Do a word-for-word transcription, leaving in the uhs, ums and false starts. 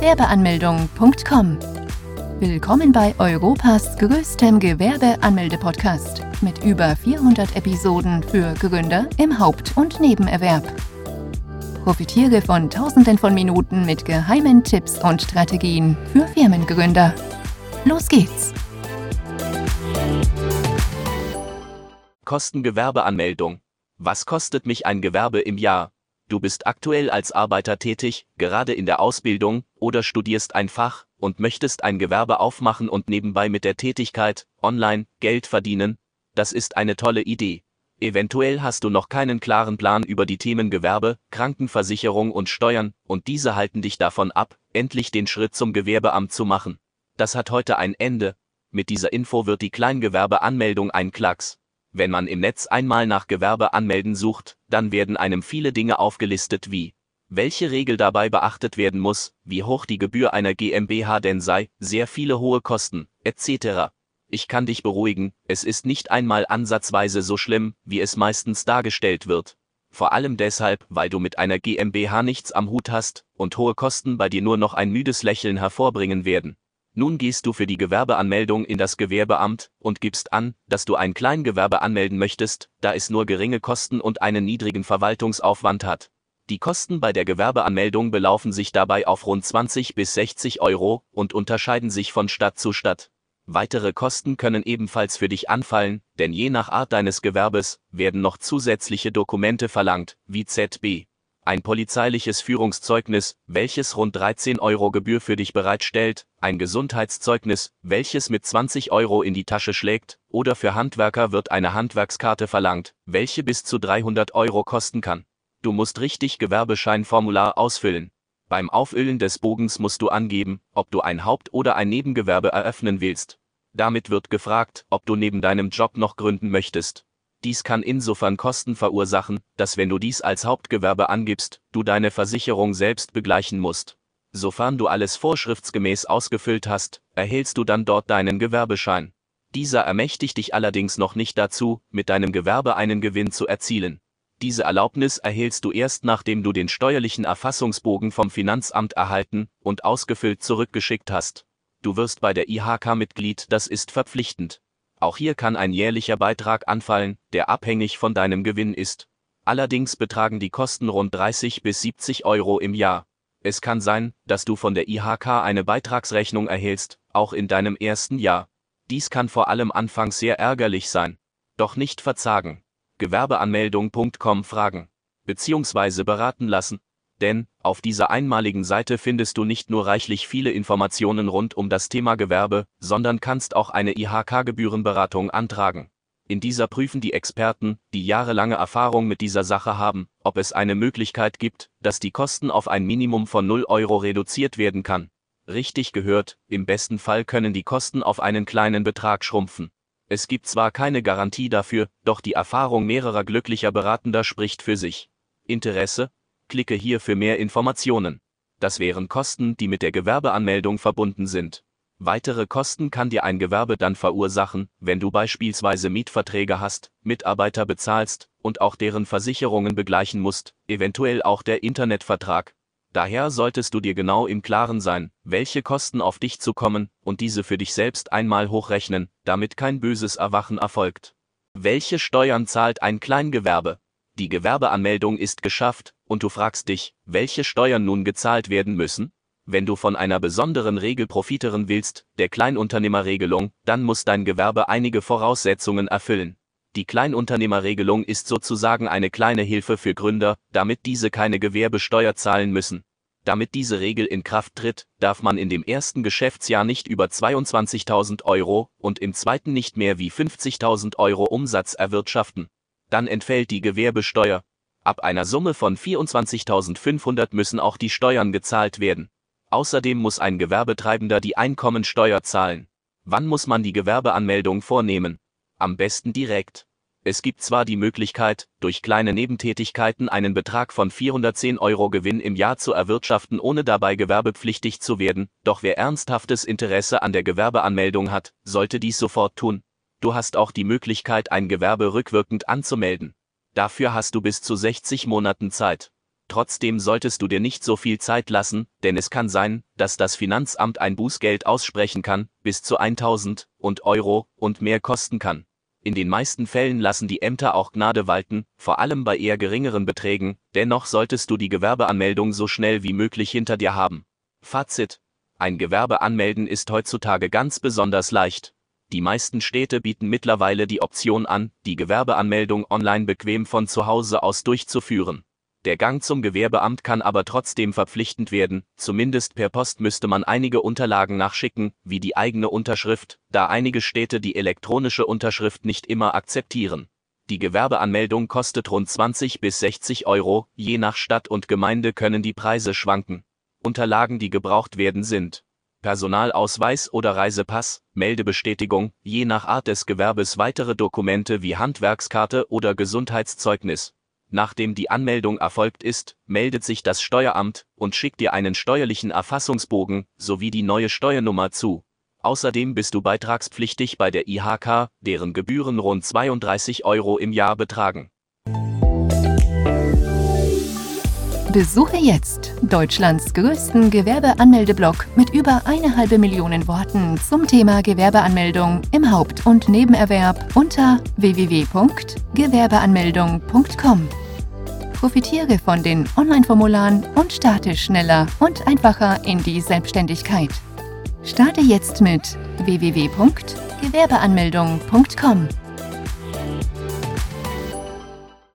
gewerbeanmeldung punkt com. Willkommen bei Europas größtem Gewerbeanmelde-Podcast mit über vierhundert Episoden für Gründer im Haupt- und Nebenerwerb. Profitiere von Tausenden von Minuten mit geheimen Tipps und Strategien für Firmengründer. Los geht's! Kostengewerbeanmeldung. Was kostet mich ein Gewerbe im Jahr? Du bist aktuell als Arbeiter tätig, gerade in der Ausbildung oder studierst ein Fach und möchtest ein Gewerbe aufmachen und nebenbei mit der Tätigkeit online Geld verdienen. Das ist eine tolle Idee. Eventuell hast du noch keinen klaren Plan über die Themen Gewerbe, Krankenversicherung und Steuern und diese halten dich davon ab, endlich den Schritt zum Gewerbeamt zu machen. Das hat heute ein Ende. Mit dieser Info wird die Kleingewerbeanmeldung ein Klacks. Wenn man im Netz einmal nach Gewerbe anmelden sucht, dann werden einem viele Dinge aufgelistet wie, welche Regel dabei beachtet werden muss, wie hoch die Gebühr einer GmbH denn sei, sehr viele hohe Kosten, et cetera. Ich kann dich beruhigen, es ist nicht einmal ansatzweise so schlimm, wie es meistens dargestellt wird. Vor allem deshalb, weil du mit einer GmbH nichts am Hut hast und hohe Kosten bei dir nur noch ein müdes Lächeln hervorbringen werden. Nun gehst du für die Gewerbeanmeldung in das Gewerbeamt und gibst an, dass du ein Kleingewerbe anmelden möchtest, da es nur geringe Kosten und einen niedrigen Verwaltungsaufwand hat. Die Kosten bei der Gewerbeanmeldung belaufen sich dabei auf rund zwanzig bis sechzig Euro und unterscheiden sich von Stadt zu Stadt. Weitere Kosten können ebenfalls für dich anfallen, denn je nach Art deines Gewerbes werden noch zusätzliche Dokumente verlangt, wie Z B. Ein polizeiliches Führungszeugnis, welches rund dreizehn Euro Gebühr für dich bereitstellt, ein Gesundheitszeugnis, welches mit zwanzig Euro in die Tasche schlägt, oder für Handwerker wird eine Handwerkskarte verlangt, welche bis zu dreihundert Euro kosten kann. Du musst richtig Gewerbescheinformular ausfüllen. Beim Auffüllen des Bogens musst du angeben, ob du ein Haupt- oder ein Nebengewerbe eröffnen willst. Damit wird gefragt, ob du neben deinem Job noch gründen möchtest. Dies kann insofern Kosten verursachen, dass wenn du dies als Hauptgewerbe angibst, du deine Versicherung selbst begleichen musst. Sofern du alles vorschriftsgemäß ausgefüllt hast, erhältst du dann dort deinen Gewerbeschein. Dieser ermächtigt dich allerdings noch nicht dazu, mit deinem Gewerbe einen Gewinn zu erzielen. Diese Erlaubnis erhältst du erst nachdem du den steuerlichen Erfassungsbogen vom Finanzamt erhalten und ausgefüllt zurückgeschickt hast. Du wirst bei der I H K Mitglied, das ist verpflichtend. Auch hier kann ein jährlicher Beitrag anfallen, der abhängig von deinem Gewinn ist. Allerdings betragen die Kosten rund dreißig bis siebzig Euro im Jahr. Es kann sein, dass du von der I H K eine Beitragsrechnung erhältst, auch in deinem ersten Jahr. Dies kann vor allem anfangs sehr ärgerlich sein. Doch nicht verzagen. gewerbeanmeldung punkt com fragen bzw. beraten lassen. Denn auf dieser einmaligen Seite findest du nicht nur reichlich viele Informationen rund um das Thema Gewerbe, sondern kannst auch eine I H K-Gebührenberatung antragen. In dieser prüfen die Experten, die jahrelange Erfahrung mit dieser Sache haben, ob es eine Möglichkeit gibt, dass die Kosten auf ein Minimum von null Euro reduziert werden kann. Richtig gehört, im besten Fall können die Kosten auf einen kleinen Betrag schrumpfen. Es gibt zwar keine Garantie dafür, doch die Erfahrung mehrerer glücklicher Beratender spricht für sich. Interesse? Klicke hier für mehr Informationen. Das wären Kosten, die mit der Gewerbeanmeldung verbunden sind. Weitere Kosten kann dir ein Gewerbe dann verursachen, wenn du beispielsweise Mietverträge hast, Mitarbeiter bezahlst und auch deren Versicherungen begleichen musst, eventuell auch der Internetvertrag. Daher solltest du dir genau im Klaren sein, welche Kosten auf dich zukommen und diese für dich selbst einmal hochrechnen, damit kein böses Erwachen erfolgt. Welche Steuern zahlt ein Kleingewerbe? Die Gewerbeanmeldung ist geschafft und du fragst dich, welche Steuern nun gezahlt werden müssen? Wenn du von einer besonderen Regel profitieren willst, der Kleinunternehmerregelung, dann muss dein Gewerbe einige Voraussetzungen erfüllen. Die Kleinunternehmerregelung ist sozusagen eine kleine Hilfe für Gründer, damit diese keine Gewerbesteuer zahlen müssen. Damit diese Regel in Kraft tritt, darf man in dem ersten Geschäftsjahr nicht über zweiundzwanzigtausend Euro und im zweiten nicht mehr wie fünfzigtausend Euro Umsatz erwirtschaften. Dann entfällt die Gewerbesteuer. Ab einer Summe von vierundzwanzigtausendfünfhundert müssen auch die Steuern gezahlt werden. Außerdem muss ein Gewerbetreibender die Einkommensteuer zahlen. Wann muss man die Gewerbeanmeldung vornehmen? Am besten direkt. Es gibt zwar die Möglichkeit, durch kleine Nebentätigkeiten einen Betrag von vierhundertzehn Euro Gewinn im Jahr zu erwirtschaften, ohne dabei gewerbepflichtig zu werden, doch wer ernsthaftes Interesse an der Gewerbeanmeldung hat, sollte dies sofort tun. Du hast auch die Möglichkeit, ein Gewerbe rückwirkend anzumelden. Dafür hast du bis zu sechzig Monaten Zeit. Trotzdem solltest du dir nicht so viel Zeit lassen, denn es kann sein, dass das Finanzamt ein Bußgeld aussprechen kann, bis zu tausend Euro und mehr kosten kann. In den meisten Fällen lassen die Ämter auch Gnade walten, vor allem bei eher geringeren Beträgen, dennoch solltest du die Gewerbeanmeldung so schnell wie möglich hinter dir haben. Fazit: Ein Gewerbe anmelden ist heutzutage ganz besonders leicht. Die meisten Städte bieten mittlerweile die Option an, die Gewerbeanmeldung online bequem von zu Hause aus durchzuführen. Der Gang zum Gewerbeamt kann aber trotzdem verpflichtend werden, zumindest per Post müsste man einige Unterlagen nachschicken, wie die eigene Unterschrift, da einige Städte die elektronische Unterschrift nicht immer akzeptieren. Die Gewerbeanmeldung kostet rund zwanzig bis sechzig Euro, je nach Stadt und Gemeinde können die Preise schwanken. Unterlagen, die gebraucht werden, sind Personalausweis oder Reisepass, Meldebestätigung, je nach Art des Gewerbes weitere Dokumente wie Handwerkskarte oder Gesundheitszeugnis. Nachdem die Anmeldung erfolgt ist, meldet sich das Steueramt und schickt dir einen steuerlichen Erfassungsbogen sowie die neue Steuernummer zu. Außerdem bist du beitragspflichtig bei der I H K, deren Gebühren rund zweiunddreißig Euro im Jahr betragen. Besuche jetzt Deutschlands größten Gewerbeanmeldeblog mit über eine halbe Million Worten zum Thema Gewerbeanmeldung im Haupt- und Nebenerwerb unter w w w punkt gewerbeanmeldung punkt com. Profitiere von den Online-Formularen und starte schneller und einfacher in die Selbstständigkeit. Starte jetzt mit w w w punkt gewerbeanmeldung punkt com.